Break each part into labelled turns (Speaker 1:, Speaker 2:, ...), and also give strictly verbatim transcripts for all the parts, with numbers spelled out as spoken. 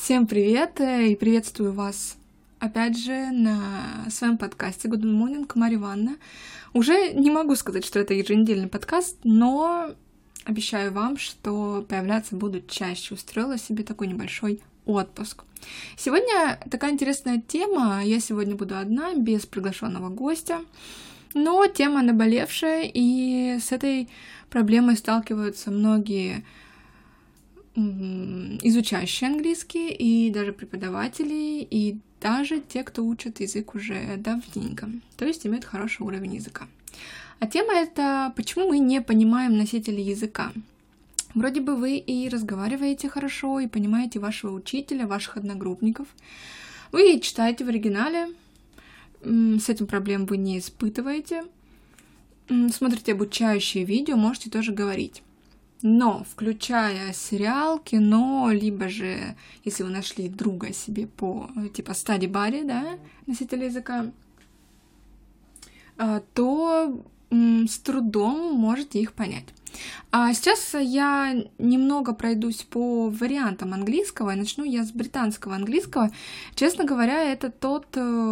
Speaker 1: Всем привет э, и приветствую вас опять же на своем подкасте Good Morning, Марья Ивановна. Уже не могу сказать, что это еженедельный подкаст, но обещаю вам, что появляться буду чаще. Устроила себе такой небольшой отпуск. Сегодня такая интересная тема. Я сегодня буду одна, без приглашенного гостя. Но тема наболевшая, и с этой проблемой сталкиваются многие изучающие английский, и даже преподаватели, и даже те, кто учат язык уже давненько, то есть имеют хороший уровень языка. А тема это «Почему мы не понимаем носителей языка?». Вроде бы вы и разговариваете хорошо, и понимаете вашего учителя, ваших одногруппников. Вы читаете в оригинале, с этим проблем вы не испытываете. Смотрите обучающие видео, можете тоже говорить. Но, включая сериал, кино, либо же, если вы нашли друга себе по, типа, study buddy, да, носителя языка, то с трудом можете их понять. А сейчас я немного пройдусь по вариантам английского, и начну я с британского английского. Честно говоря, это тот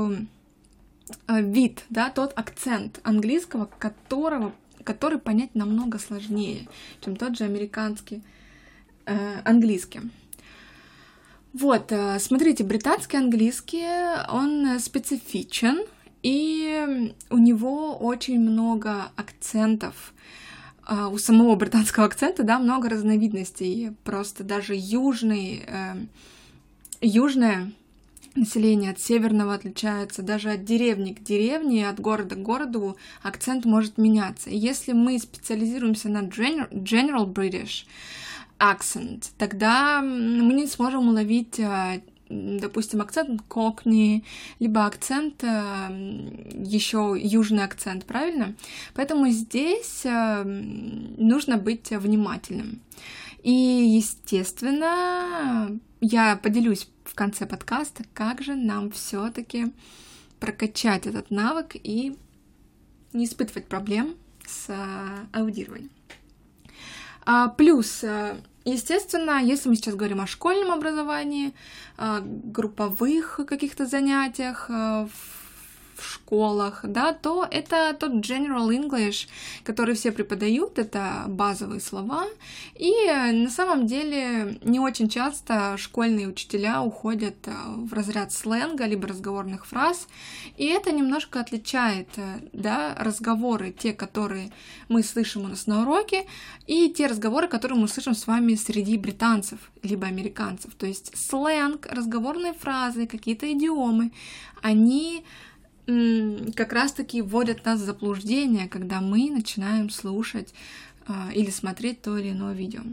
Speaker 1: вид, да, тот акцент английского, которого который понять намного сложнее, чем тот же американский э, английский. Вот, э, смотрите, британский английский, он специфичен, и у него очень много акцентов. Э, у самого британского акцента, да, много разновидностей. Просто даже южный, э, южное население от северного отличается, даже от деревни к деревне, от города к городу акцент может меняться. И если мы специализируемся на general British accent, тогда мы не сможем уловить, допустим, акцент Cockney, либо акцент, еще южный акцент, правильно? Поэтому здесь нужно быть внимательным. И, естественно, я поделюсь в конце подкаста, как же нам все-таки прокачать этот навык и не испытывать проблем с аудированием. А, плюс, естественно, если мы сейчас говорим о школьном образовании, групповых каких-то занятиях, в школах, да, то это тот general English, который все преподают, это базовые слова, и на самом деле не очень часто школьные учителя уходят в разряд сленга либо разговорных фраз, и это немножко отличает, да, разговоры, те, которые мы слышим у нас на уроке, и те разговоры, которые мы слышим с вами среди британцев либо американцев, то есть сленг, разговорные фразы, какие-то идиомы, они как раз-таки вводят нас в заблуждение, когда мы начинаем слушать э, или смотреть то или иное видео.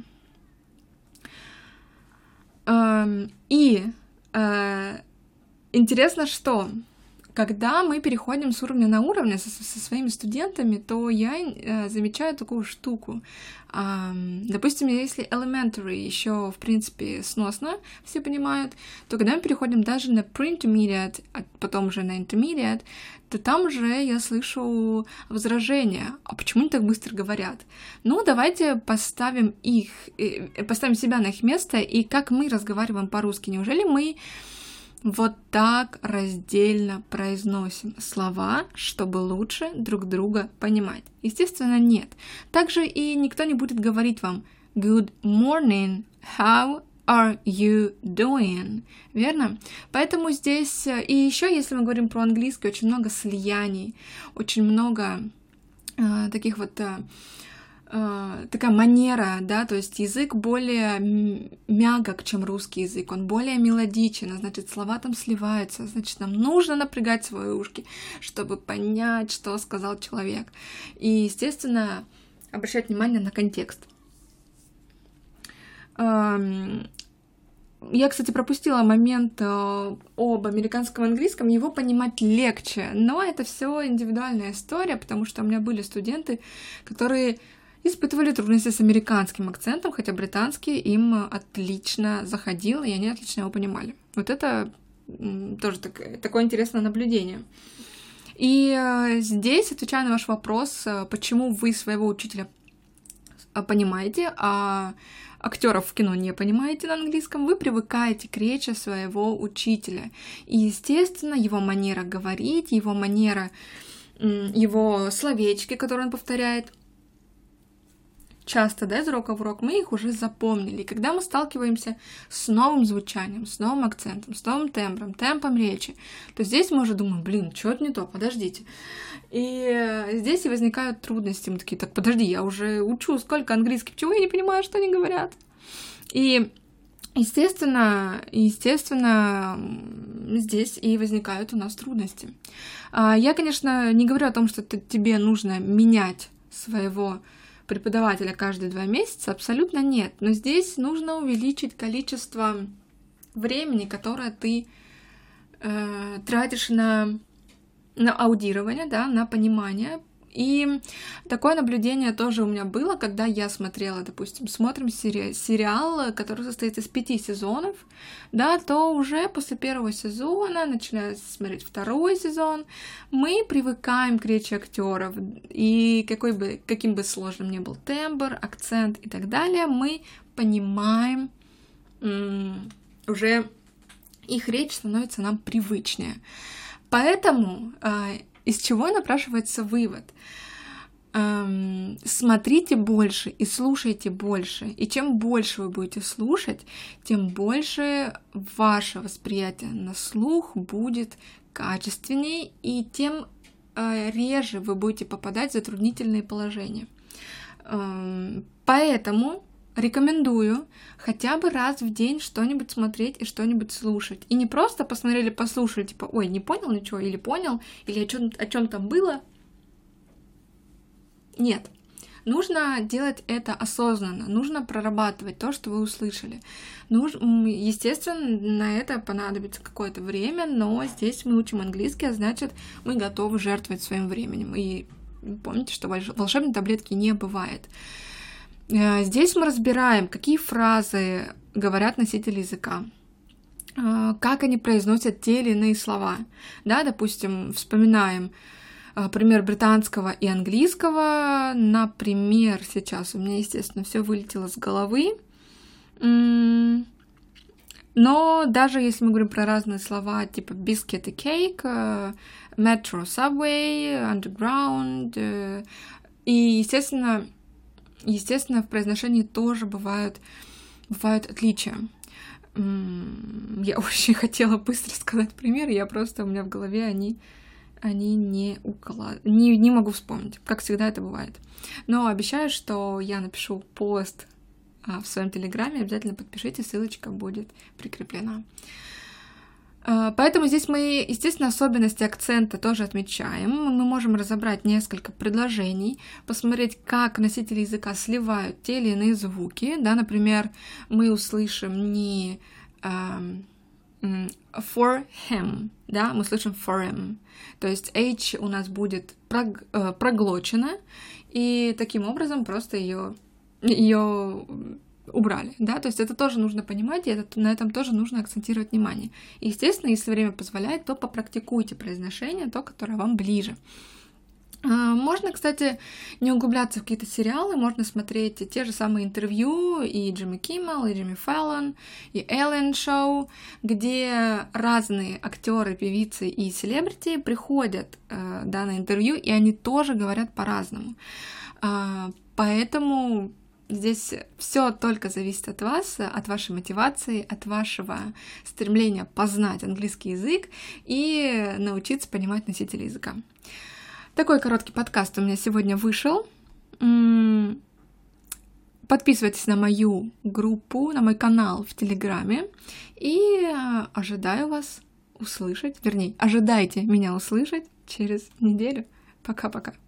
Speaker 1: Э, и э, интересно, что когда мы переходим с уровня на уровень со, со своими студентами, то я э, замечаю такую штуку. Э, допустим, если elementary еще, в принципе, сносно, все понимают, то когда мы переходим даже на pre-intermediate, а потом уже на intermediate, то там уже я слышу возражения. А почему они так быстро говорят? Ну, давайте поставим их, э, поставим себя на их место, и как мы разговариваем по-русски. Неужели мы вот так раздельно произносим слова, чтобы лучше друг друга понимать? Естественно, нет. Также и никто не будет говорить вам good morning, how are you doing? Верно? Поэтому здесь... И еще, если мы говорим про английский, очень много слияний, очень много э, таких вот... Э, такая манера, да, то есть язык более мягок, чем русский язык, он более мелодичен, значит, слова там сливаются, значит, нам нужно напрягать свои ушки, чтобы понять, что сказал человек. И, естественно, обращать внимание на контекст. Я, кстати, пропустила момент об американском английском, его понимать легче, но это все индивидуальная история, потому что у меня были студенты, которые испытывали трудности с американским акцентом, хотя британский им отлично заходил, и они отлично его понимали. Вот это тоже так, такое интересное наблюдение. И здесь, отвечая на ваш вопрос, почему вы своего учителя понимаете, а актеров в кино не понимаете на английском, вы привыкаете к речи своего учителя. И, естественно, его манера говорить, его манера, его словечки, которые он повторяет, часто, да, из урока в урок, мы их уже запомнили. И когда мы сталкиваемся с новым звучанием, с новым акцентом, с новым тембром, темпом речи, то здесь мы уже думаем, блин, что-то не то, подождите. И здесь и возникают трудности. Мы такие, так, подожди, я уже учу сколько английских, почему я не понимаю, что они говорят? И Естественно, естественно, здесь и возникают у нас трудности. Я, конечно, не говорю о том, что тебе нужно менять своего преподавателя каждые два месяца, абсолютно нет. Но здесь нужно увеличить количество времени, которое ты э, тратишь на, на аудирование, да, на понимание. И такое наблюдение тоже у меня было, когда я смотрела, допустим, смотрим сери- сериал, который состоит из пяти сезонов, да, то уже после первого сезона, начиная смотреть второй сезон, мы привыкаем к речи актеров, и какой бы, каким бы сложным ни был тембр, акцент и так далее, мы понимаем м- уже их речь становится нам привычнее. Поэтому э, из чего напрашивается вывод? Эм, смотрите больше и слушайте больше. И чем больше вы будете слушать, тем больше ваше восприятие на слух будет качественнее, и тем э, реже вы будете попадать в затруднительные положения. Эм, поэтому рекомендую хотя бы раз в день что-нибудь смотреть и что-нибудь слушать. И не просто посмотрели, послушали, типа, ой, не понял ничего, или понял, или о чем, о чем там было. Нет. Нужно делать это осознанно, нужно прорабатывать то, что вы услышали. Нуж... Естественно, на это понадобится какое-то время, но здесь мы учим английский, а значит, мы готовы жертвовать своим временем. И помните, что волшебной таблетки не бывает. Здесь мы разбираем, какие фразы говорят носители языка, как они произносят те или иные слова. Да, допустим, вспоминаем пример британского и английского. Например, сейчас у меня, естественно, все вылетело с головы. Но даже если мы говорим про разные слова, типа biscuit и cake, metro, subway, underground, и, естественно, Естественно, в произношении тоже бывают, бывают отличия. Я очень хотела быстро сказать примеры, я просто, у меня в голове они, они не уклад... не, не могу вспомнить, как всегда это бывает. Но обещаю, что я напишу пост в своем телеграме, обязательно подпишите, ссылочка будет прикреплена. Поэтому здесь мы, естественно, особенности акцента тоже отмечаем. Мы можем разобрать несколько предложений, посмотреть, как носители языка сливают те или иные звуки. Да, например, мы услышим не uh, for him, да, мы слышим for him. То есть H у нас будет прог, uh, проглочена, и таким образом просто ее, ее убрали, да, то есть это тоже нужно понимать, и это, на этом тоже нужно акцентировать внимание. И, естественно, если время позволяет, то попрактикуйте произношение, то, которое вам ближе. Можно, кстати, не углубляться в какие-то сериалы, можно смотреть те же самые интервью и Джимми Киммел, и Джимми Фэллон, и Эллен Шоу, где разные актеры, певицы и селебрити приходят да, на интервью, и они тоже говорят по-разному. Поэтому здесь все только зависит от вас, от вашей мотивации, от вашего стремления познать английский язык и научиться понимать носителей языка. Такой короткий подкаст у меня сегодня вышел. Подписывайтесь на мою группу, на мой канал в Телеграме и ожидаю вас услышать, вернее, ожидайте меня услышать через неделю. Пока-пока.